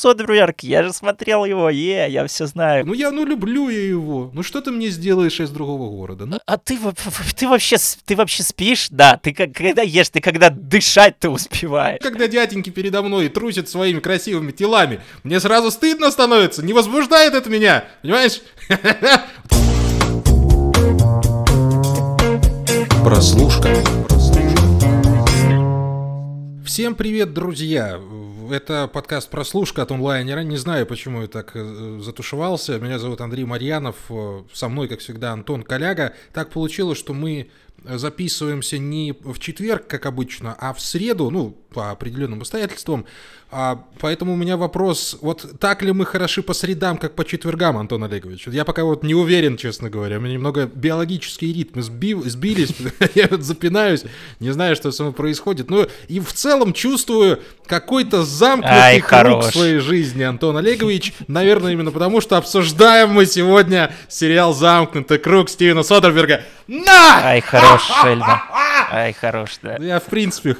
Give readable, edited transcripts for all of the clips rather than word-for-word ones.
Содерберг, я же смотрел его, я все знаю. Люблю я его. Ну что ты мне сделаешь из другого города? Ну? А ты вообще спишь? Да, ты когда ешь, ты когда дышать-то успеваешь. Когда дяденьки передо мной трусят своими красивыми телами, мне сразу стыдно становится, не возбуждает это меня, понимаешь? Прослушка. Всем привет, друзья! Это подкаст «Прослушка» от онлайнера. Не знаю, почему я так затушевался. Меня зовут Андрей Марьянов. Со мной, как всегда, Антон Коляга. Так получилось, что мы записываемся не в четверг, как обычно, а в среду, по определенным обстоятельствам. Поэтому у меня вопрос, вот так ли мы хороши по средам, как по четвергам, Антон Олегович? Я пока не уверен, честно говоря. У меня немного биологические ритмы сбились, я запинаюсь, не знаю, что со мной происходит. И в целом чувствую какой-то замкнутый круг в своей жизни, Антон Олегович. Наверное, именно потому, что обсуждаем мы сегодня сериал «Замкнутый круг» Стивена Содерберга. Ай, хорош, Шельма. Ай, хорош, да. Я в принципе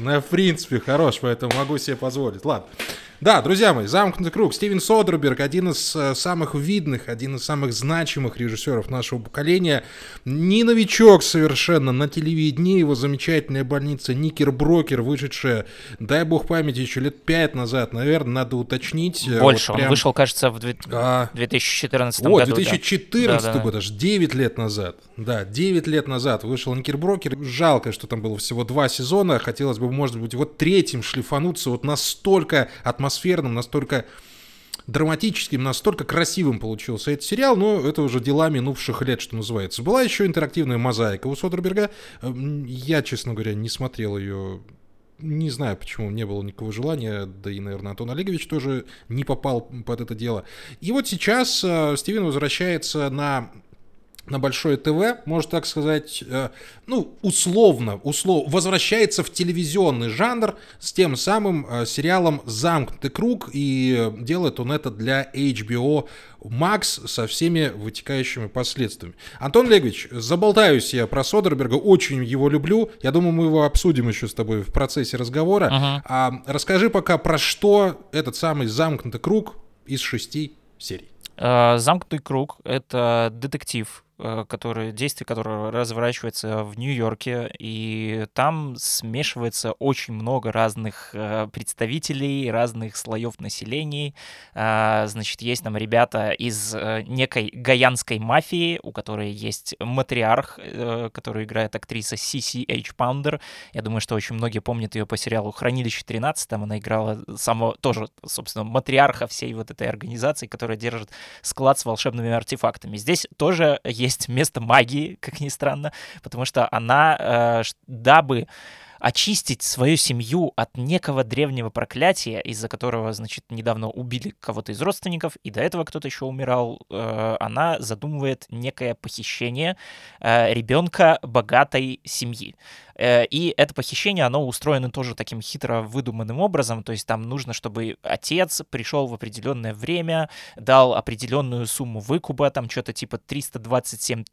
хорош, поэтому могу себе позволить. Ладно. Да, друзья мои, «Замкнутый круг». Стивен Содерберг, один из самых видных, один из самых значимых режиссеров нашего поколения. Не новичок совершенно на телевидении. Его замечательная больница «Никерброкер», вышедшая, дай бог памяти, еще лет 5 назад, наверное, надо уточнить. Больше, он вышел, кажется, в 2014 году. 2014 год, аж 9 лет назад. Да, 9 лет назад вышел «Никерброкер». Жалко, что там было всего 2 сезона. Хотелось бы, может быть, третьим шлифануться. Настолько атмосферным, настолько драматическим, настолько красивым получился этот сериал, но это уже дела минувших лет, что называется. Была еще интерактивная мозаика у Содерберга. Я, честно говоря, не смотрел ее. Не знаю, почему не было никакого желания, да и, наверное, Антон Олегович тоже не попал под это дело. И вот сейчас Стивен возвращается на Большое ТВ, можно так сказать, условно, возвращается в телевизионный жанр с тем самым сериалом «Замкнутый круг», и делает он это для HBO Max со всеми вытекающими последствиями. Антон Олегович, заболтаюсь я про Содерберга, очень его люблю, я думаю, мы его обсудим еще с тобой в процессе разговора. Расскажи пока, про что этот самый «Замкнутый круг» из 6 серий. «Замкнутый круг» — это детектив, действие которого разворачивается в Нью-Йорке, и там смешивается очень много разных представителей, разных слоев населения. Значит, есть там ребята из некой гайанской мафии, у которой есть матриарх, которую играет актриса Сиси H. Паундер. Я думаю, что очень многие помнят ее по сериалу «Хранилище 13». Там она играла тоже, собственно, матриарха всей вот этой организации, которая держит склад с волшебными артефактами. Здесь тоже есть место магии, как ни странно, потому что она, дабы очистить свою семью от некого древнего проклятия, из-за которого, значит, недавно убили кого-то из родственников, и до этого кто-то еще умирал, она задумывает некое похищение ребенка богатой семьи. И это похищение, оно устроено тоже таким хитро выдуманным образом, то есть там нужно, чтобы отец пришел в определенное время, дал определенную сумму выкупа, там что-то типа $327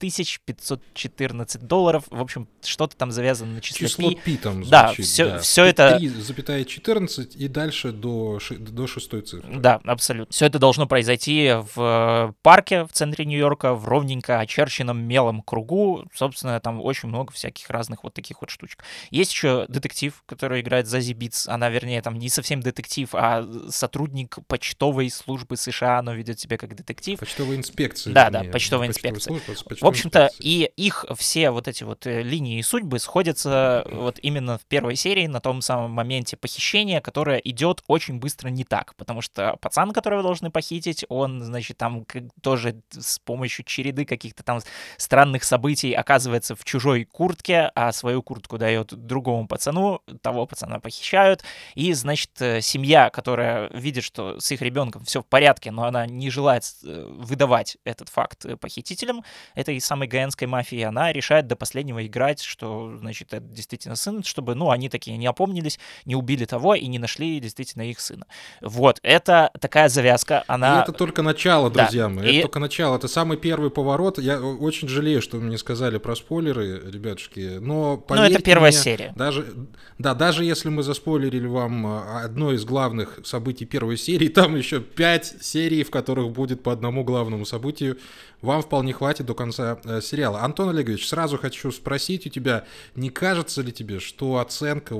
514, в общем, что-то там завязано на числе Число пи там звучит. Все это... 3,14 и дальше до 6 цифры. Да, абсолютно. Все это должно произойти в парке в центре Нью-Йорка, в ровненько очерченном мелом кругу. Собственно, там очень много всяких разных вот таких вот штучек. Есть еще детектив, который играет Зази Битц. Она, вернее, там не совсем детектив, а сотрудник почтовой службы США. Она ведет себя как детектив. Почтовая инспекция. Да, почтовая инспекция. В общем-то, и их все вот эти вот линии и судьбы сходятся вот именно в первой серии на том самом моменте похищения, которое идет очень быстро не так, потому что пацан, которого должны похитить, он, значит, там тоже с помощью череды каких-то там странных событий оказывается в чужой куртке, а свою куртку дает другому пацану, того пацана похищают, и, значит, семья, которая видит, что с их ребенком все в порядке, но она не желает выдавать этот факт похитителям этой самой гаянской мафии, она решает до последнего играть, что, значит, это действительно сын, чтобы, они такие не опомнились, не убили того и не нашли действительно их сына. Вот, это такая завязка, она... И это только начало, друзья мои, это только начало, это самый первый поворот. Я очень жалею, что вы мне сказали про спойлеры, ребятушки, но поверьте... это первая серия. Даже если мы заспойлерили вам одно из главных событий первой серии, там еще 5 серий, в которых будет по одному главному событию, вам вполне хватит до конца сериала. Антон Олегович, сразу хочу спросить у тебя, не кажется ли тебе, что оценка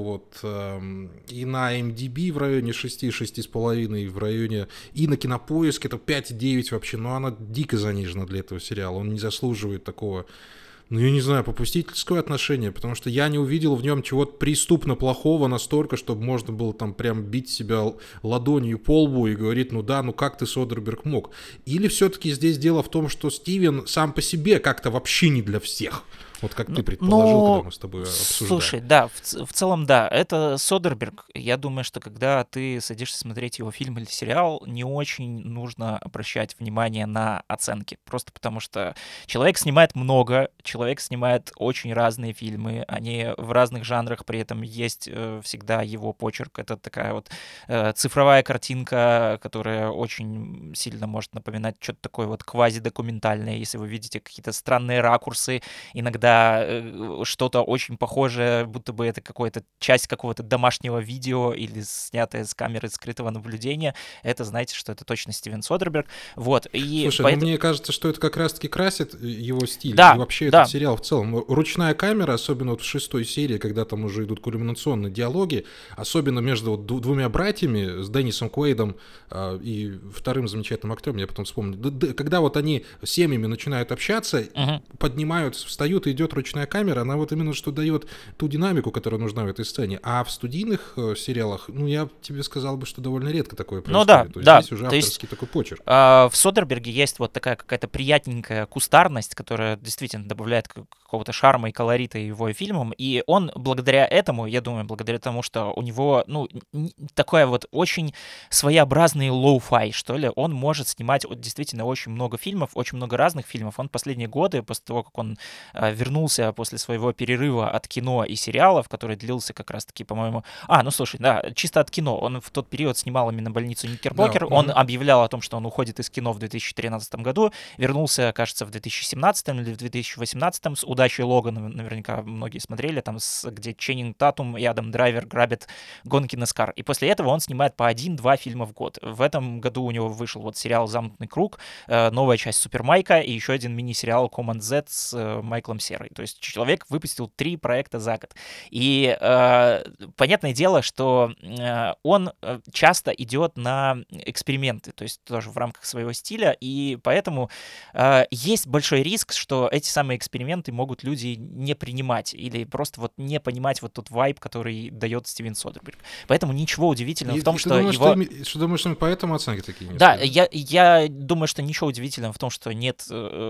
и на IMDb в районе 6, 6,5, в районе и на Кинопоиске это 5,9 вообще, но она дико занижена для этого сериала, он не заслуживает такого, я не знаю, попустительское отношение, потому что я не увидел в нем чего-то преступно плохого настолько, чтобы можно было там прям бить себя ладонью по лбу и говорить, как ты, Содерберг, мог? Или все-таки здесь дело в том, что Стивен сам по себе как-то вообще не для всех? Вот как ты предположил, когда мы с тобой обсуждали. Слушай, да, в целом, да, это Содерберг. Я думаю, что когда ты садишься смотреть его фильм или сериал, не очень нужно обращать внимание на оценки. Просто потому что человек снимает много, человек снимает очень разные фильмы, они в разных жанрах, при этом есть всегда его почерк. Это такая вот цифровая картинка, которая очень сильно может напоминать что-то такое вот квазидокументальное, если вы видите какие-то странные ракурсы, иногда что-то очень похожее, будто бы это какая-то часть какого-то домашнего видео или снятое с камеры скрытого наблюдения. Это, знаете, что это точно Стивен Содерберг. Вот. И слушай, поэтому... мне кажется, что это как раз-таки красит его стиль. Да, и вообще этот сериал в целом. Ручная камера, особенно в 6 серии, когда там уже идут кульминационные диалоги, особенно между двумя братьями, с Деннисом Куэйдом и вторым замечательным актером, я потом вспомню. Когда они семьями начинают общаться, поднимаются, встают и идет ручная камера, она именно что дает ту динамику, которая нужна в этой сцене. А в студийных сериалах, я тебе сказал бы, что довольно редко такое происходит. Здесь уже авторский такой почерк. В Содерберге есть вот такая какая-то приятненькая кустарность, которая действительно добавляет какого-то шарма и колорита его фильмам, и он благодаря этому, я думаю, благодаря тому, что у него, такой вот очень своеобразный лоу-фай, что ли, он может снимать действительно очень много фильмов, очень много разных фильмов. Он последние годы, после того, как он вернулся после своего перерыва от кино и сериалов, который длился как раз-таки, по-моему... слушай, да, чисто от кино. Он в тот период снимал именно «Больницу Никербокер». Да, он объявлял о том, что он уходит из кино в 2013 году. Вернулся, кажется, в 2017 или в 2018 с «Удачей Логана». Наверняка многие смотрели, там, где Ченнинг Татум и Адам Драйвер грабят гонки NASCAR. И после этого он снимает по 1-2 фильма в год. В этом году у него вышел сериал «Замкнутый круг», новая часть «Супермайка» и еще один мини-сериал «Команд Z» с Майклом Серой. То есть человек выпустил 3 проекта за год. И понятное дело, что он часто идет на эксперименты, то есть тоже в рамках своего стиля, и поэтому есть большой риск, что эти самые эксперименты могут люди не принимать или просто не понимать тот вайб, который дает Стивен Содерберг. Поэтому ничего удивительного в том, что его... Что думаешь, что поэтому оценки такие низкие? Да, я думаю, что ничего удивительного в том, что нет,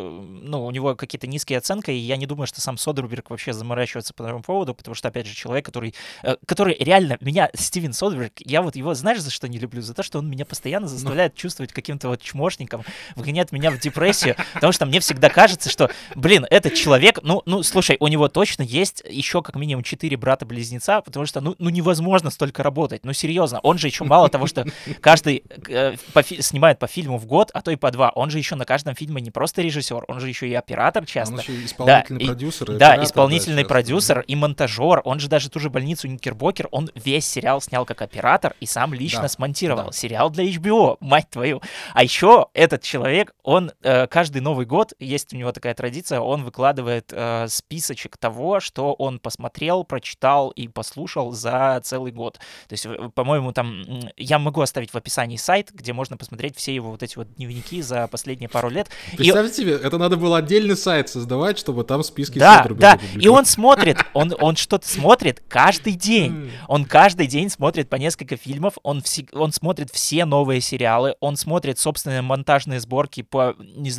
у него какие-то низкие оценки, и я не думаю, что сам Содерберг вообще заморачивается по этому поводу, потому что, опять же, человек, который реально меня, Стивен Содерберг, я его, знаешь, за что не люблю? За то, что он меня постоянно заставляет чувствовать каким-то чмошником, вгоняет меня в депрессию, потому что мне всегда кажется, что, этот человек, слушай, у него точно есть еще как минимум 4 брата-близнеца, потому что, невозможно столько работать, серьезно, он же еще мало того, что каждый снимает по фильму в год, а то и по 2, он же еще на каждом фильме не просто режиссер, он же еще и оператор часто. Он еще и исполнительный продюсер. Да, исполнительный продюсер и монтажер, он же даже ту же «Больницу Никербокер», он весь сериал снял как оператор и сам лично смонтировал. Да. Сериал для HBO, мать твою. А еще этот человек, он каждый Новый год, есть у него такая традиция, он выкладывает списочек того, что он посмотрел, прочитал и послушал за целый год. То есть, по-моему, там, я могу оставить в описании сайт, где можно посмотреть все его эти дневники за последние пару лет. Представьте себе, это надо было отдельный сайт создавать, чтобы там списки да, и он смотрит, он что-то смотрит каждый день. Он каждый день смотрит по несколько фильмов, он смотрит все новые сериалы, он смотрит собственные монтажные сборки по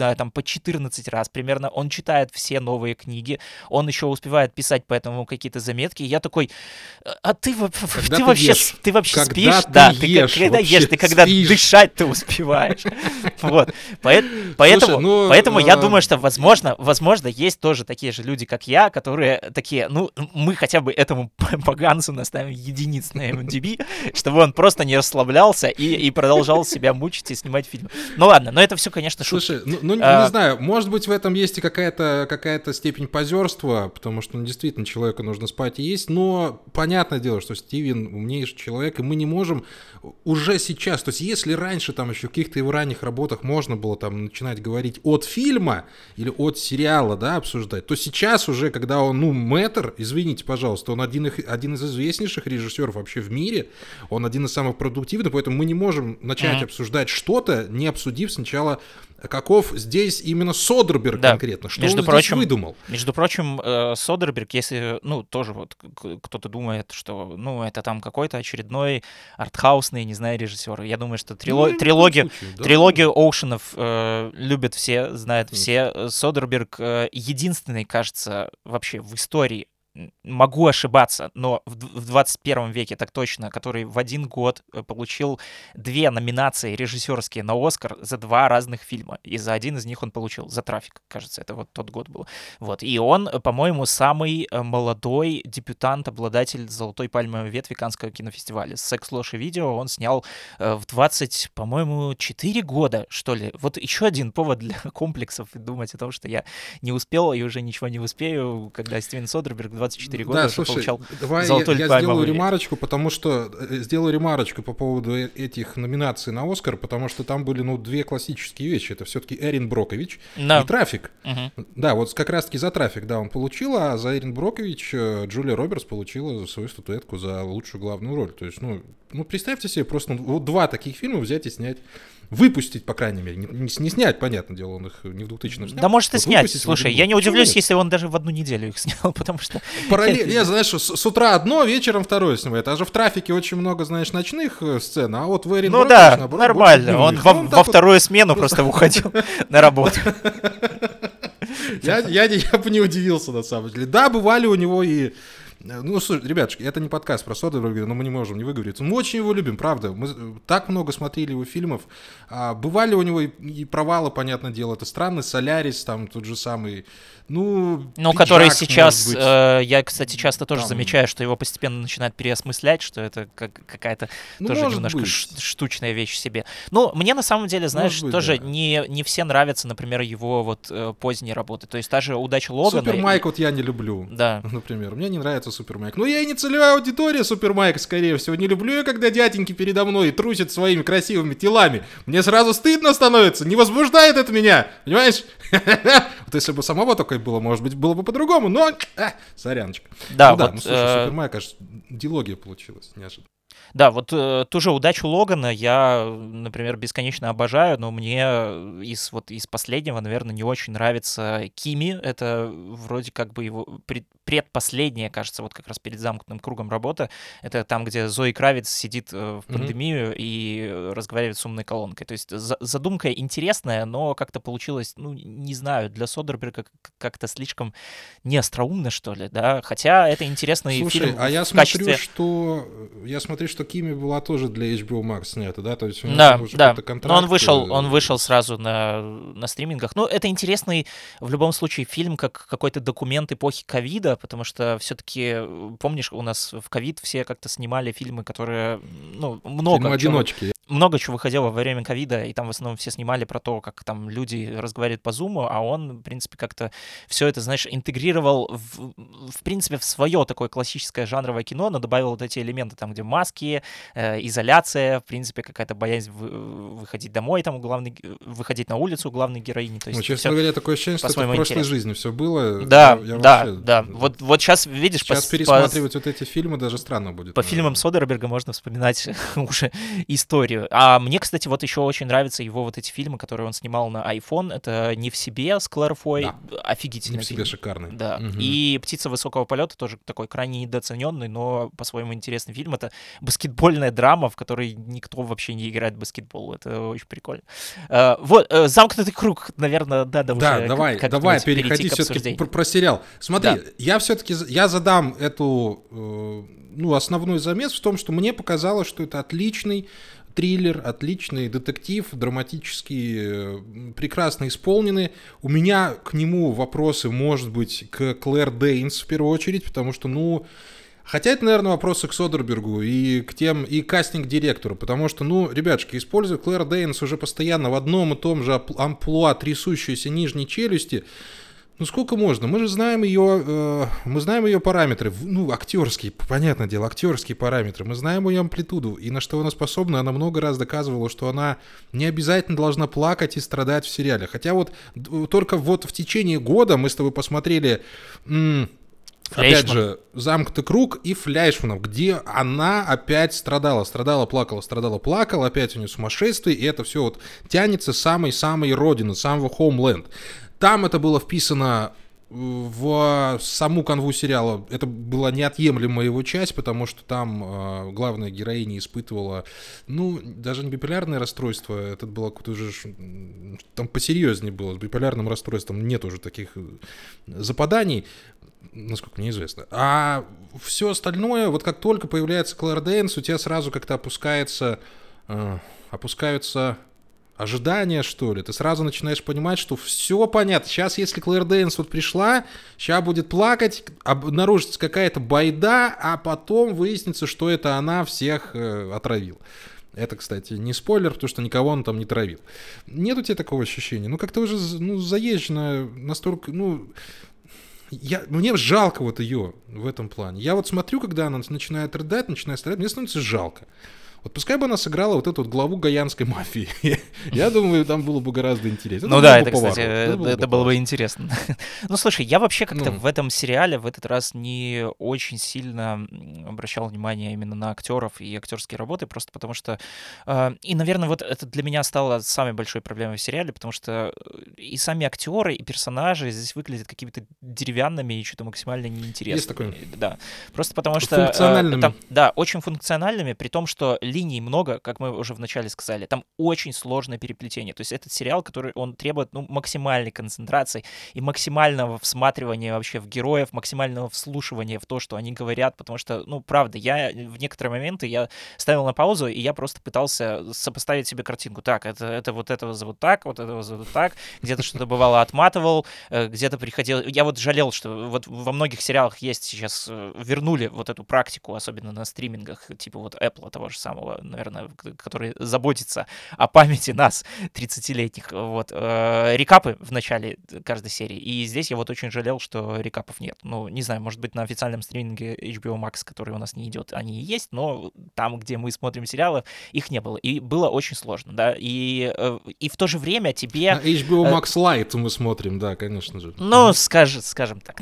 14 раз примерно, он читает все новые книги, он еще успевает писать по этому какие-то заметки, и я такой, а ты вообще спишь? Да, ты когда ешь, ты когда дышать ты успеваешь. Вот. Поэтому я думаю, что возможно, есть тоже такие такие же люди, как я, которые такие, ну, мы хотя бы этому поганцу наставим единиц на MDB, чтобы он просто не расслаблялся и продолжал себя мучить и снимать фильмы. Ну ладно, но это все, конечно, шутки. Слушай, не знаю, может быть, в этом есть и какая-то степень позерства, потому что, действительно, человеку нужно спать и есть, но понятное дело, что Стивен умнейший человек, и мы не можем уже сейчас, то есть если раньше там еще в каких-то его ранних работах можно было там начинать говорить от фильма или от сериала, да, обсуждать, то сейчас уже, когда он, мэтр, извините, пожалуйста, он один из известнейших режиссеров вообще в мире, он один из самых продуктивных, поэтому мы не можем начать обсуждать что-то, не обсудив сначала, каков здесь именно Содерберг конкретно, что он здесь выдумал. Между прочим, Содерберг, если, тоже вот кто-то думает, что, это там какой-то очередной артхаусный, не знаю, режиссер. Я думаю, что трилогию Оушенов любят все, знают все. Содерберг единственный, кажется, вообще в истории, могу ошибаться, но в 21 веке так точно, который в один год получил 2 номинации режиссерские на Оскар за 2 разных фильма. И за один из них он получил, за «Трафик», кажется, это вот тот год был. Вот. И он, по-моему, самый молодой дебютант, обладатель «Золотой пальмовой ветви» Каннского кинофестиваля. «Секс, ложь и видео» он снял в 20, по-моему, 4 года, что ли. Вот еще один повод для комплексов и думать о том, что я не успел и уже ничего не успею, когда Стивен Содерберг 24 года получал «Золотой я пальмовый». Сделаю ремарочку по поводу этих номинаций на Оскар, потому что там были, 2 классические вещи. Это все-таки Эрин Брокович и «Трафик». Да, вот как раз-таки за «Трафик», он получил, а за Эрин Брокович Джулия Робертс получила свою статуэтку за лучшую главную роль. То есть, представьте себе, просто 2 таких фильма взять и снять. Выпустить, по крайней мере. Не снять, понятное дело, он их не в 2000-м снял. Да может и снять. Слушай, я не удивлюсь, если он даже в одну неделю их снял, потому что... Параллельно, знаешь, с утра одно, вечером второе снимает. А же в «Трафике» очень много, знаешь, ночных сцен, а вот в Эрин Брокович, наоборот, нормально. Он во вторую смену просто уходил на работу. Я бы не удивился, на самом деле. Да, бывали у него и... слушай, ребятушки, это не подкаст про Содерберга, но мы не можем не выговориться. Мы очень его любим, правда. Мы так много смотрели его фильмов. Бывали у него и провалы, понятное дело. Это «Странный Солярис», там тот же самый... который сейчас... Я, кстати, часто тоже замечаю, что его постепенно начинают переосмыслять, что это какая-то тоже немножко штучная вещь в себе. Мне на самом деле, знаешь, тоже не все нравятся, например, его вот поздние работы. То есть та же «Удача Логана». «Супер Майк» вот я не люблю, да. Например. Мне не нравится «Супер Майк». Я и не целевая аудитория «Супер Майк», скорее всего. Не люблю я, когда дяденьки передо мной трусят своими красивыми телами. Мне сразу стыдно становится, не возбуждает это меня, понимаешь? Вот если бы самого такое было, может быть, было бы по-другому, но... соряночка. Да, слушай, «Супер Майк», аж дилогия получилась, неожиданно. Да, вот ту же «Удачу Логана» я, например, бесконечно обожаю, но мне из последнего, наверное, не очень нравится Кими. Это вроде как бы его предпоследняя, кажется, вот как раз перед «Замкнутым кругом» работа. Это там, где Зои Кравиц сидит в пандемию и разговаривает с умной колонкой. То есть задумка интересная, но как-то получилось, не знаю, для Содерберга как-то слишком неостроумно, что ли, да? Хотя это интересный фильм. Слушай, а я смотрю, что Кими была тоже для HBO Max снята, да? То есть у него уже какой-то контракт. Но он вышел сразу на стримингах. Это интересный в любом случае фильм, как какой-то документ эпохи ковида, потому что все-таки, помнишь, у нас в ковид все как-то снимали фильмы, которые, фильмы-одиночки. Много чего выходило во время ковида, и там в основном все снимали про то, как там люди разговаривают по зуму, а он, в принципе, как-то все это, знаешь, интегрировал в принципе, в свое такое классическое жанровое кино, но добавил вот эти элементы, там, где маски, изоляция, в принципе, какая-то боязнь выходить домой, там, выходить на улицу у главной героини. То есть честно говоря, такое ощущение, что это в прошлой жизни все было. Да. Вот сейчас, видишь... Сейчас пересматривать вот эти фильмы даже странно будет. По фильмам Содерберга можно вспоминать уже историю. А мне, кстати, вот еще очень нравятся его вот эти фильмы, которые он снимал на iPhone. Это «Не в себе» с Клэр Фой. Да. Офигительный «Не в себе» фильм. шикарный. Да. Угу. И «Птица высокого полета» тоже такой крайне недооцененный, но по-своему интересный фильм. Это баскетбольная драма, в которой никто вообще не играет в баскетбол. Это очень прикольно. Вот, «Замкнутый круг», наверное, надо уже давай переходи все-таки про сериал. Смотри, я задам эту... основной замес в том, что мне показалось, что это отличный триллер, отличный детектив, драматически прекрасно исполненный. У меня к нему вопросы, может быть, к Клэр Дейнс в первую очередь, потому что, ну, хотя это, наверное, вопросы к Содербергу и к тем, и кастинг-директору, потому что, ну, ребятушки, используют Клэр Дейнс уже постоянно в одном и том же амплуа трясущейся нижней челюсти. Ну сколько можно? Мы же знаем ее параметры, ну актерские, понятное дело, актерские параметры. Мы знаем ее амплитуду и на что она способна. Она много раз доказывала, что она не обязательно должна плакать и страдать в сериале. Хотя вот только вот в течение года мы с тобой посмотрели, опять же, «Замкнутый круг» и «Фляйшманов», где она опять страдала, плакала, опять у нее сумасшествие, и это все вот тянется с самой родины, самого Homeland. Там это было вписано в саму канву сериала. Это была неотъемлемая его часть, потому что там главная героиня испытывала, ну, даже не биполярное расстройство, это было какое-то уже, там посерьезнее было. С биполярным расстройством нет уже таких западаний, насколько мне известно. А все остальное, вот как только появляется Клэр Дейнс, у тебя сразу как-то опускаются ожидания, что ли. Ты сразу начинаешь понимать, что все понятно. Сейчас, если Клэр Дейнс вот пришла, сейчас будет плакать, обнаружится какая-то байда, а потом выяснится, что это она всех отравила. Это, кстати, не спойлер, потому что никого он там не травил. Нет у тебя такого ощущения? Ну, как-то уже заезжено настолько, ну... Мне жалко вот ее в этом плане. Я вот смотрю, когда она начинает рыдать, начинает страдать, мне становится жалко. Вот пускай бы она сыграла вот эту вот главу гаянской мафии. Я думаю, там было бы гораздо интереснее. Ну да, это, кстати, это было бы интересно. Ну, слушай, я вообще как-то в этом сериале в этот раз не очень сильно обращал внимание именно на актеров и актерские работы, просто потому что... И, наверное, вот это для меня стало самой большой проблемой в сериале, потому что и сами актеры, и персонажи здесь выглядят какими-то деревянными и что-то максимально неинтересными. Есть такое. Да, просто потому что... Функциональными. Да, очень функциональными, при том, что линий много, как мы уже вначале сказали. Там очень сложное переплетение. То есть этот сериал, который он требует максимальной концентрации и максимального всматривания вообще в героев, максимального вслушивания в то, что они говорят, потому что, ну, правда, я в некоторые моменты я ставил на паузу, и я просто пытался сопоставить себе картинку. Так, это вот этого зовут так, вот этого зовут так, где-то что-то бывало отматывал, где-то приходил... Я вот жалел, что вот во многих сериалах есть сейчас, вернули вот эту практику, особенно на стримингах, типа вот Apple того же самого, наверное, который заботится о памяти нас, 30-летних. Вот. Рекапы в начале каждой серии. И здесь я вот очень жалел, что рекапов нет. Ну, не знаю, может быть, на официальном стриминге HBO Max, который у нас не идет, они и есть, но там, где мы смотрим сериалы, их не было. И было очень сложно, да. И в то же время тебе... На HBO Max Lite мы смотрим, да, конечно же. Ну, скажем так.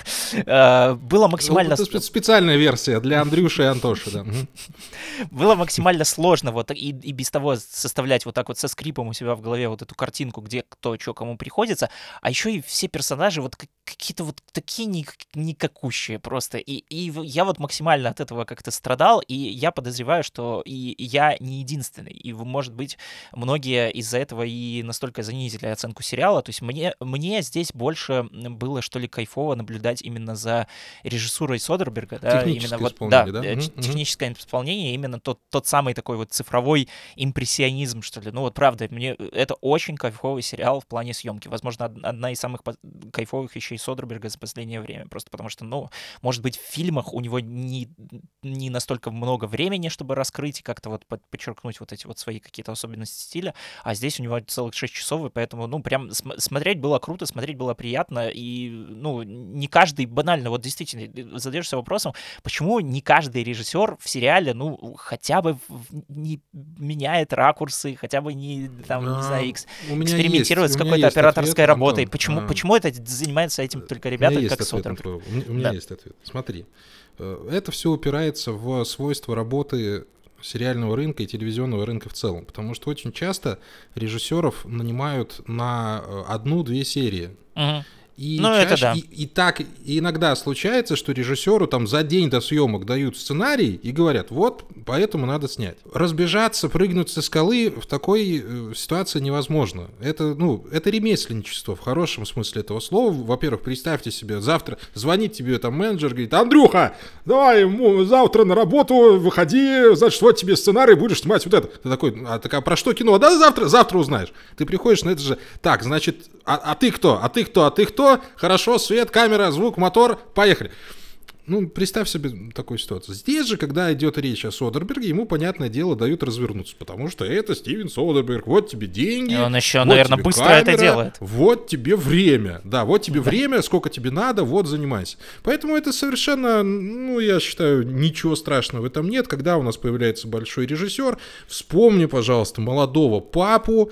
Было максимально... Это специальная версия для Андрюши и Антоши, да. Было максимально сложно вот и без того составлять вот так вот со скрипом у себя в голове вот эту картинку, где кто, что, кому приходится, а еще и все персонажи вот какие-то вот такие никакущие просто. И я вот максимально от этого как-то страдал, и я подозреваю, что и я не единственный. И, может быть, многие из-за этого и настолько занизили оценку сериала. То есть мне здесь больше было, что ли, кайфово наблюдать именно за режиссурой Содерберга. Да, техническое именно исполнение, да? Техническое исполнение, именно тот самый такой вот цифровой импрессионизм, что ли. Ну вот правда, мне это очень кайфовый сериал в плане съемки. Возможно, одна из самых кайфовых вещей Содерберга за последнее время. Просто потому что, ну, может быть, в фильмах у него не настолько много времени, чтобы раскрыть и как-то вот подчеркнуть вот эти вот свои какие-то особенности стиля, а здесь у него целых 6 часов, и поэтому, ну, прям смотреть было круто, смотреть было приятно, и, ну, не каждый, банально, вот действительно, задаешься вопросом, почему не каждый режиссер в сериале, ну, хотя бы не меняет ракурсы, хотя бы не, там, не знаю, экспериментирует с какой-то операторской работой. Почему это занимаются этим только ребята, как Содерберг? У меня есть ответ. Смотри, это все упирается в свойства работы сериального рынка и телевизионного рынка в целом, потому что очень часто режиссеров нанимают на 1-2 серии. И, ну, чаще, это да. и так и иногда случается, что режиссеру там за день до съемок дают сценарий и говорят, вот поэтому надо снять. Разбежаться, прыгнуть со скалы в такой ситуации невозможно. Это ремесленничество в хорошем смысле этого слова. Во-первых, представьте себе, завтра звонит тебе там менеджер, говорит: Андрюха, давай завтра на работу выходи, значит, вот тебе сценарий, будешь снимать вот это. Ты такой: а про что кино? Да, завтра узнаешь. Ты приходишь, это же, так, значит, а ты кто? А ты кто? Хорошо, свет, камера, звук, мотор, поехали. Представь себе такую ситуацию. Здесь же, когда идет речь о Содерберге, ему, понятное дело, дают развернуться, потому что это Стивен Содерберг, вот тебе деньги. И он еще, вот наверное, тебе быстро камера, это делает. Вот тебе время. Да, вот тебе время, сколько тебе надо, вот занимайся. Поэтому это совершенно, я считаю, ничего страшного в этом нет. Когда у нас появляется большой режиссер, вспомни, пожалуйста, молодого папу.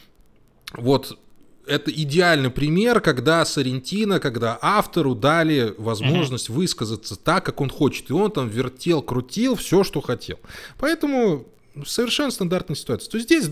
Вот это идеальный пример, когда Соррентино, когда автору дали возможность высказаться так, как он хочет. И он там вертел, крутил все, что хотел. Поэтому совершенно стандартная ситуация. То есть здесь,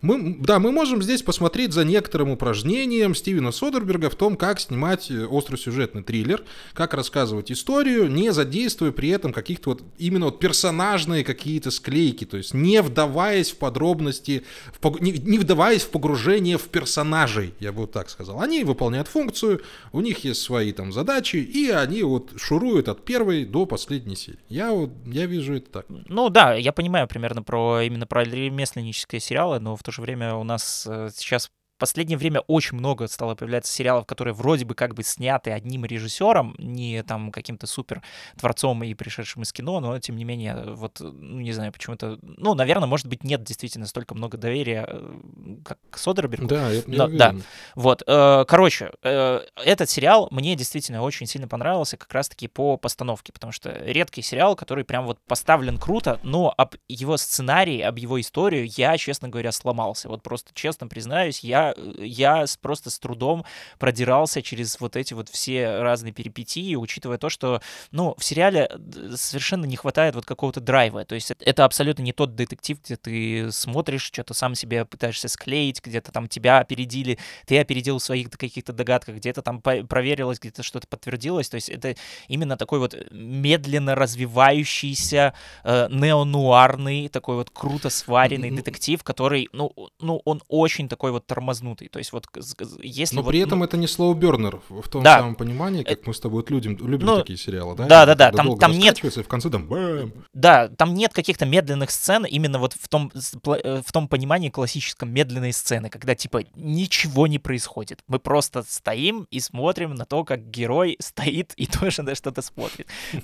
мы можем здесь посмотреть за некоторым упражнением Стивена Содерберга в том, как снимать остросюжетный триллер, как рассказывать историю, не задействуя при этом каких-то именно персонажные какие-то склейки, то есть не вдаваясь в подробности, не вдаваясь в погружение в персонажей, я бы вот так сказал. Они выполняют функцию, у них есть свои там задачи, и они шуруют от первой до последней серии. Я вижу это так. Да, я понимаю примерно именно про ремесленнические сериалы, но в то же время у нас сейчас в последнее время очень много стало появляться сериалов, которые вроде бы как бы сняты одним режиссером, не там каким-то супер творцом и пришедшим из кино, но тем не менее, не знаю, почему-то, наверное, может быть, нет действительно столько много доверия, как к Содербергу. Да, я уверен. Да. Короче, этот сериал мне действительно очень сильно понравился как раз-таки по постановке, потому что редкий сериал, который прям поставлен круто, но об его сценарии, об его историю я, честно говоря, сломался. Просто честно признаюсь, я просто с трудом продирался через эти все разные перипетии, учитывая то, что, в сериале совершенно не хватает какого-то драйва. То есть это абсолютно не тот детектив, где ты смотришь, что-то сам себе пытаешься склеить, где-то там тебя опередили, ты опередил в своих каких-то догадках, где-то там проверилось, где-то что-то подтвердилось. То есть это именно такой медленно развивающийся неонуарный, такой круто сваренный детектив, который, он очень такой тормознутый. То есть если... Но при этом это не слоубернер в том самом понимании, как мы с тобой любим такие сериалы, да? Да. Там нет... И в конце там бэм! Да, там нет каких-то медленных сцен именно в том понимании классическом медленной сцены, когда типа ничего не происходит. Мы просто стоим и смотрим на то, как герой стоит и тоже на что-то смотрит.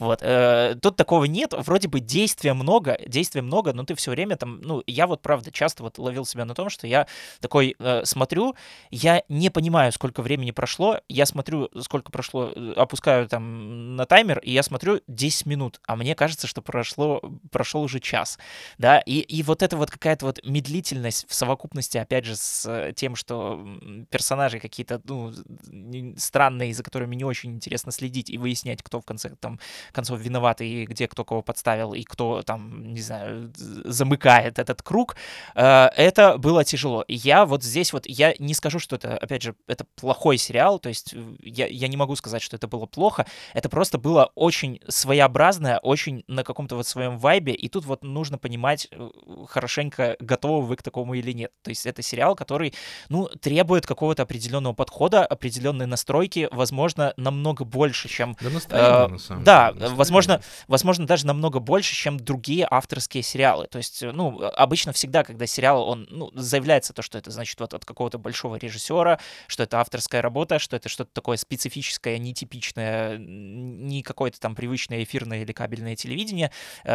Тут такого нет. Вроде бы действия много, но ты все время там... Я правда часто ловил себя на том, что я такой смотрю, я не понимаю, сколько времени прошло, я смотрю, сколько прошло, опускаю там на таймер, и я смотрю 10 минут, а мне кажется, что прошел уже час, да, и эта какая-то медлительность в совокупности, опять же, с тем, что персонажи какие-то, странные, за которыми не очень интересно следить и выяснять, кто в конце концов виноват, и где кто кого подставил, и кто там, не знаю, замыкает этот круг, это было тяжело. И я здесь я не скажу, что это, опять же, это плохой сериал, то есть я не могу сказать, что это было плохо, это просто было очень своеобразное, очень на каком-то своем вайбе, и тут нужно понимать хорошенько, готовы вы к такому или нет. То есть это сериал, который, требует какого-то определенного подхода, определенной настройки, возможно, намного больше, чем... Да, настроение, на самом деле. Да, возможно, даже намного больше, чем другие авторские сериалы. То есть, обычно всегда, когда сериал, он, заявляется то, что это, значит, от какого-то большого режиссера, что это авторская работа, что это что-то такое специфическое, нетипичное, не какое-то там привычное эфирное или кабельное телевидение,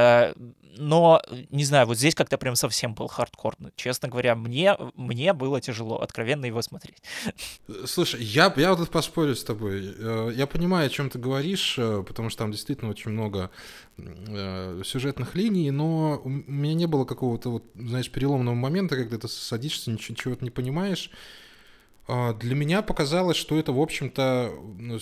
но, не знаю, здесь как-то прям совсем был хардкорно. Честно говоря, мне было тяжело откровенно его смотреть. Слушай, я тут поспорю с тобой. Я понимаю, о чем ты говоришь, потому что там действительно очень много сюжетных линий, но у меня не было какого-то, знаешь, переломного момента, когда ты садишься, ничего не понимаешь. Для меня показалось, что это, в общем-то,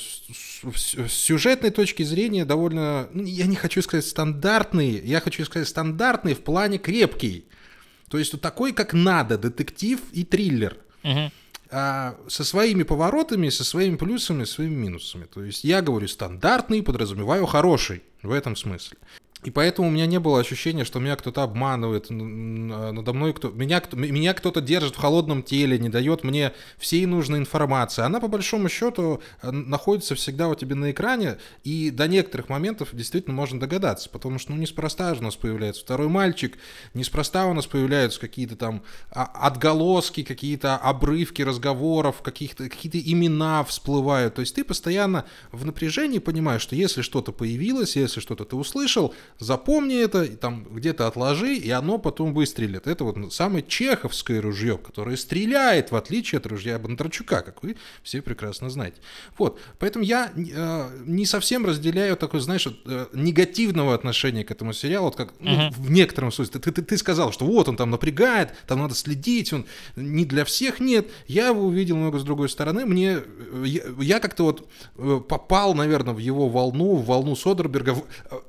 с сюжетной точки зрения довольно, я не хочу сказать стандартный, я хочу сказать стандартный в плане крепкий. То есть такой, как надо, детектив и триллер. Угу. Со своими поворотами, со своими плюсами, своими минусами. То есть я говорю стандартный, подразумеваю хороший в этом смысле. И поэтому у меня не было ощущения, что меня кто-то обманывает, надо мной меня кто-то держит в холодном теле, не дает мне всей нужной информации. Она, по большому счету, находится всегда у тебя на экране, и до некоторых моментов действительно можно догадаться, потому что, неспроста же у нас появляется второй мальчик, неспроста у нас появляются какие-то там отголоски, какие-то обрывки разговоров, какие-то имена всплывают. То есть ты постоянно в напряжении понимаешь, что если что-то появилось, если что-то ты услышал, запомни это, там где-то отложи, и оно потом выстрелит. Это вот самое чеховское ружье, которое стреляет, в отличие от ружья Бондарчука, как вы все прекрасно знаете. Вот, поэтому я не совсем разделяю такое, знаешь, негативного отношения к этому сериалу, вот как в некотором смысле. Ты сказал, что вот он там напрягает, там надо следить, он не для всех. Нет, я его увидел немного с другой стороны. Я как-то вот попал, наверное, в его волну, в волну Содерберга,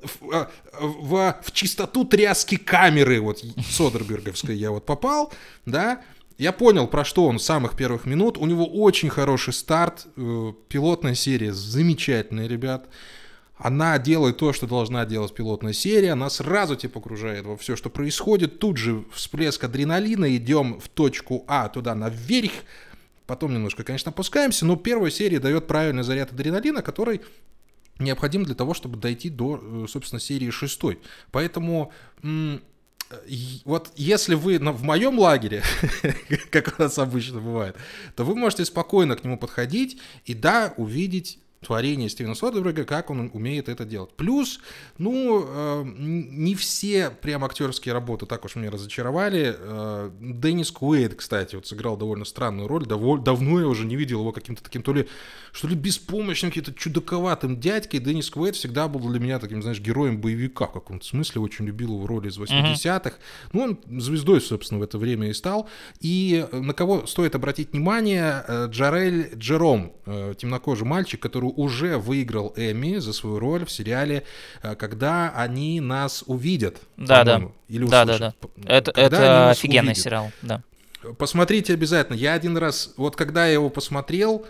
в чистоту тряски камеры вот содерберговской я вот попал, да, я понял, про что он с самых первых минут, у него очень хороший старт, пилотная серия замечательная, ребят, она делает то, что должна делать пилотная серия, она сразу тебя погружает во все, что происходит, тут же всплеск адреналина, идем в точку А, туда наверх, потом немножко, конечно, опускаемся, но первая серия дает правильный заряд адреналина, который необходим для того, чтобы дойти до, собственно, серии 6. Поэтому вот если вы в моем лагере, как у нас обычно бывает, то вы можете спокойно к нему подходить и, да, увидеть творение Стивена Содерберга, как он умеет это делать. Плюс, не все прям актерские работы так уж меня разочаровали. Деннис Куэйд, кстати, вот сыграл довольно странную роль. Давно я уже не видел его каким-то таким то ли беспомощным, каким-то чудаковатым дядькой. Деннис Куэйд всегда был для меня таким, знаешь, героем боевика в каком-то смысле. Очень любил его роли из 80-х. Он звездой, собственно, в это время и стал. И на кого стоит обратить внимание? Джарель Джером, темнокожий мальчик, который уже выиграл Эмми за свою роль в сериале «Когда они нас увидят». Да. Или услышат. Да. Это офигенный сериал, да. Посмотрите обязательно. Я один раз, вот когда я его посмотрел,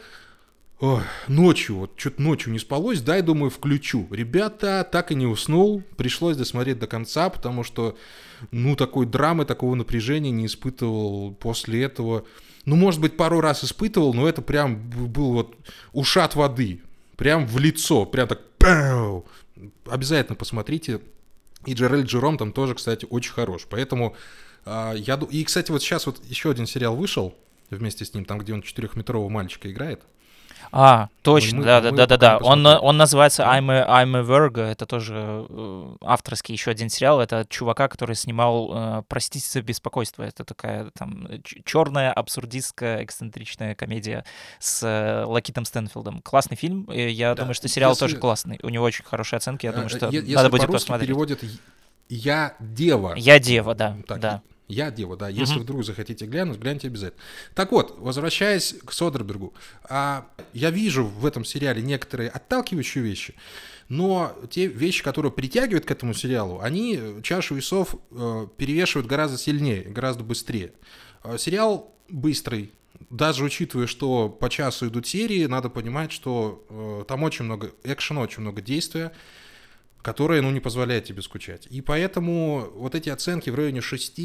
ночью, вот что-то ночью не спалось, дай, думаю, включу. Ребята, так и не уснул, пришлось досмотреть до конца, потому что, такой драмы, такого напряжения не испытывал после этого. Может быть, пару раз испытывал, но это прям был вот ушат воды, прям в лицо, прям так, пау! Обязательно посмотрите. И Джерель Джером там тоже, кстати, очень хорош, поэтому и, кстати, вот сейчас вот еще один сериал вышел вместе с ним, там, где он 4-метрового мальчика играет. Точно, да. Он называется I'm a Virgo, это тоже авторский еще один сериал, это от чувака, который снимал «Простите за беспокойство», это такая там черная, абсурдистская, эксцентричная комедия с Лакитом Стэнфилдом. Классный фильм, я думаю, что сериал тоже классный, у него очень хорошие оценки, я думаю, что надо будет посмотреть. Переводят «Я дева». «Я дева», да. «Я дева», да. Если вдруг захотите глянуть, гляньте обязательно. Так вот, возвращаясь к Содербергу. Я вижу в этом сериале некоторые отталкивающие вещи, но те вещи, которые притягивают к этому сериалу, они чашу весов перевешивают гораздо сильнее, гораздо быстрее. Сериал быстрый. Даже учитывая, что по часу идут серии, надо понимать, что там очень много экшена, очень много действия, которое, не позволяет тебе скучать. И поэтому вот эти оценки в районе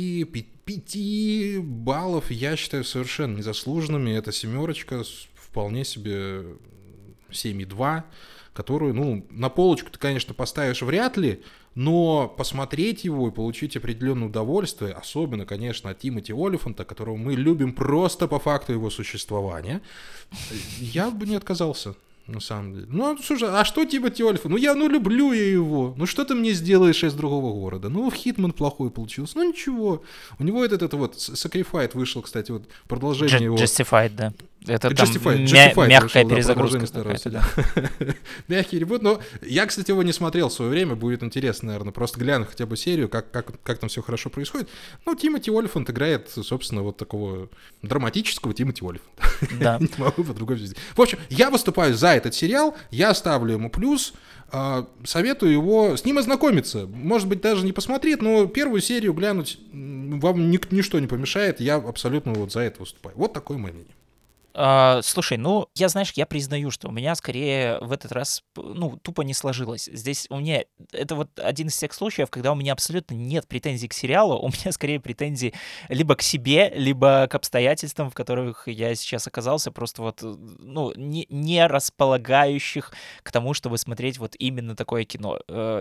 6-5 баллов я считаю совершенно незаслуженными. Это семерочка, вполне себе 7,2, которую, на полочку ты, конечно, поставишь вряд ли, но посмотреть его и получить определенное удовольствие, особенно, конечно, от Тимоти Олифанта, которого мы любим просто по факту его существования, я бы не отказался. На самом деле. Слушай, а что Тимоти Олифант? Люблю я его. Что ты мне сделаешь из другого города? Хитман плохой получился. Ничего. У него этот Sacrified вышел, кстати, вот продолжение его. Justified, да. Это Justified мягкая вышел, перезагрузка. Да. Мягкий ребут. Но я, кстати, его не смотрел в свое время. Будет интересно, наверное, просто гляну хотя бы серию, как там все хорошо происходит. Тимоти Олифант играет, собственно, вот такого драматического Тимоти Олифанта. Да. Не могу по-другому сделать. В общем, я выступаю за этот сериал, я ставлю ему плюс, советую его с ним ознакомиться. Может быть, даже не посмотреть, но первую серию глянуть вам ничто не помешает. Я абсолютно вот за это выступаю. Вот такое мое мнение. Слушай, ну, знаешь, я признаю, что у меня скорее в этот раз, ну, тупо не сложилось. Здесь у меня, это вот один из тех случаев, когда у меня абсолютно нет претензий к сериалу, у меня скорее претензии либо к себе, либо к обстоятельствам, в которых я сейчас оказался, просто вот, ну, не располагающих к тому, чтобы смотреть вот именно такое кино.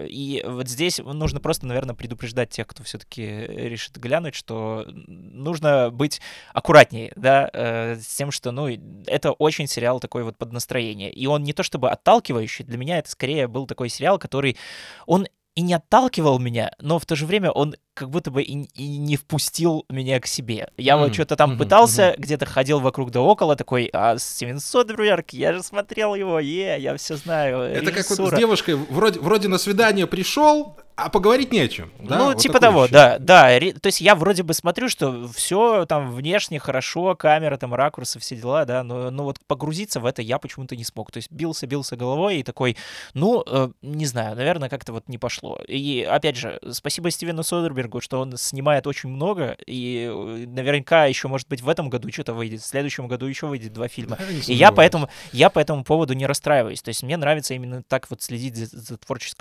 И вот здесь нужно просто, наверное, предупреждать тех, кто все-таки решит глянуть, что нужно быть аккуратнее, да, с тем, что, ну, это очень сериал такой вот под настроение. И он не то чтобы отталкивающий, для меня это скорее был такой сериал, который, он и не отталкивал меня, но в то же время он как будто бы и не впустил меня к себе. Я вот что-то там пытался, где-то ходил вокруг да около, такой, Стивен Содерберг, я же смотрел его, я все знаю. Это как вот с девушкой, вроде на свидание пришел, а поговорить не о чем. Да? Ну, вот типа того, да. То есть я вроде бы смотрю, что все там внешне хорошо, камера, там ракурсы, все дела, да, но вот погрузиться в это я почему-то не смог. То есть бился головой и такой, ну, не знаю, наверное, как-то вот не пошло. И опять же, спасибо Стивену Содербергу, что он снимает очень много, и наверняка еще, может быть, в этом году что-то выйдет, в следующем году еще выйдет 2 фильма. И я по этому поводу не расстраиваюсь. То есть мне нравится именно так вот следить за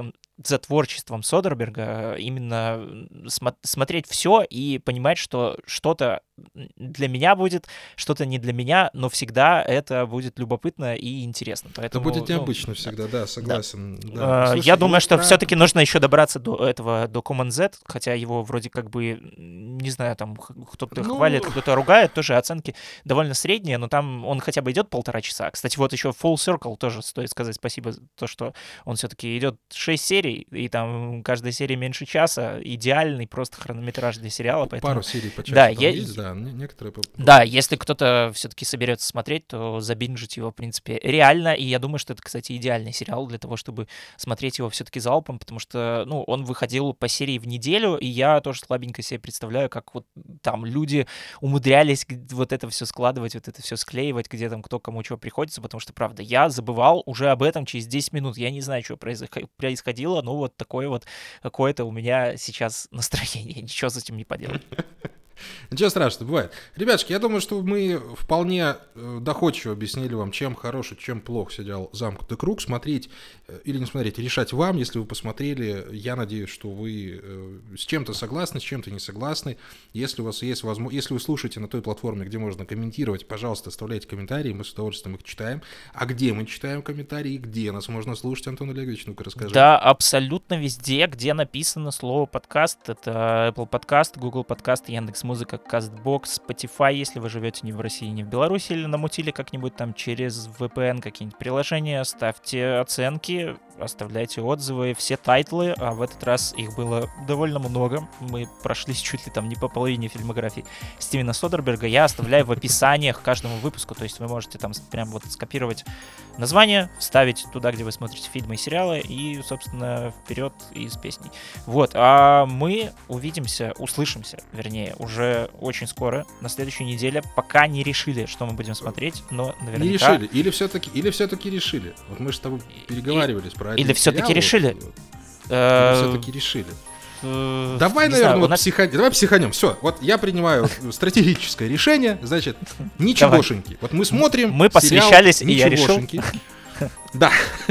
творчеством Содерберга, именно смотреть все и понимать, что что-то для меня будет, что-то не для меня, но всегда это будет любопытно и интересно. Поэтому, это будет необычно всегда, да, согласен. Да. Да. Слушай, я думаю, что все-таки нужно еще добраться до Command Z, хотя его вроде как бы, не знаю, там кто-то хвалит, кто-то ругает, тоже оценки довольно средние, но там он хотя бы идет 1,5 часа. Кстати, вот еще Full Circle тоже стоит сказать спасибо за то, что он все-таки идет 6 серий, и там каждая серия меньше часа, идеальный просто хронометраж для сериала. Поэтому... Пару серий по часу там есть, да, некоторые... Да, если кто-то все-таки соберется смотреть, то забинжить его, в принципе, реально, и я думаю, что это, кстати, идеальный сериал для того, чтобы смотреть его все-таки залпом, потому что, ну, он выходил по серии в неделю, и я тоже слабенько себе представляю, как вот там люди умудрялись вот это все складывать, вот это все склеивать, где там кто кому чего приходится, потому что, правда, я забывал уже об этом через 10 минут, я не знаю, что происходило, но вот такое вот какое-то у меня сейчас настроение, ничего с этим не поделать. Ничего страшного, бывает. Ребятушки, я думаю, что мы вполне доходчиво объяснили вам, чем хорош и чем плох сериал «Замкнутый круг». Смотреть или не смотреть, решать вам. Если вы посмотрели, я надеюсь, что вы с чем-то согласны, с чем-то не согласны. Если у вас есть возможность, если вы слушаете на той платформе, где можно комментировать, пожалуйста, оставляйте комментарии, мы с удовольствием их читаем. А где мы читаем комментарии, где нас можно слушать, Антон Олегович, ну-ка расскажи. Да, абсолютно везде, где написано слово «подкаст». Это Apple Podcast, Google Podcast, Яндекс.Музыка, Castbox, Spotify, если вы живете не в России, не в Беларуси, или намутили как-нибудь там через VPN какие-нибудь приложения, ставьте оценки, оставляйте отзывы, все тайтлы, а в этот раз их было довольно много, мы прошлись чуть ли там не по половине фильмографии Стивена Содерберга, я оставляю в описаниях к каждому выпуску, то есть вы можете там прям вот скопировать название, вставить туда, где вы смотрите фильмы и сериалы, и, собственно, вперед и с песней. Вот, а мы услышимся, вернее, уже очень скоро, на следующей неделе, пока не решили, что мы будем смотреть, но наверняка... Не решили, или все-таки решили. Вот мы же с тобой переговаривались про один Или все-таки решили. Или все-таки решили. Давай, наверное, давай психанем. Все, вот я принимаю стратегическое решение, значит, ничегошеньки. Вот мы смотрим. Мы посвящались, и я решил. Да,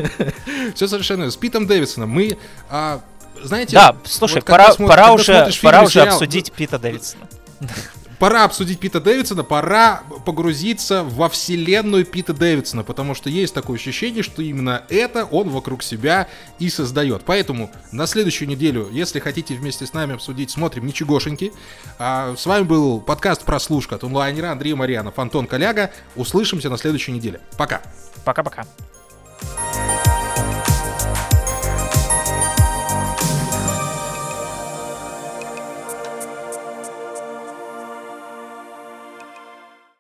все совершенно. С Питом Дэвидсоном мы, знаете... Да, слушай, вот пора уже обсудить Пита Дэвидсона. Пора обсудить Пита Дэвидсона, пора погрузиться во вселенную Пита Дэвидсона, потому что есть такое ощущение, что именно это он вокруг себя и создает. Поэтому на следующую неделю, если хотите вместе с нами обсудить, смотрим ничегошеньки. С вами был подкаст «Прослушка» от онлайнера Андрей Марьянов, Антон Коляга. Услышимся на следующей неделе. Пока. Пока-пока.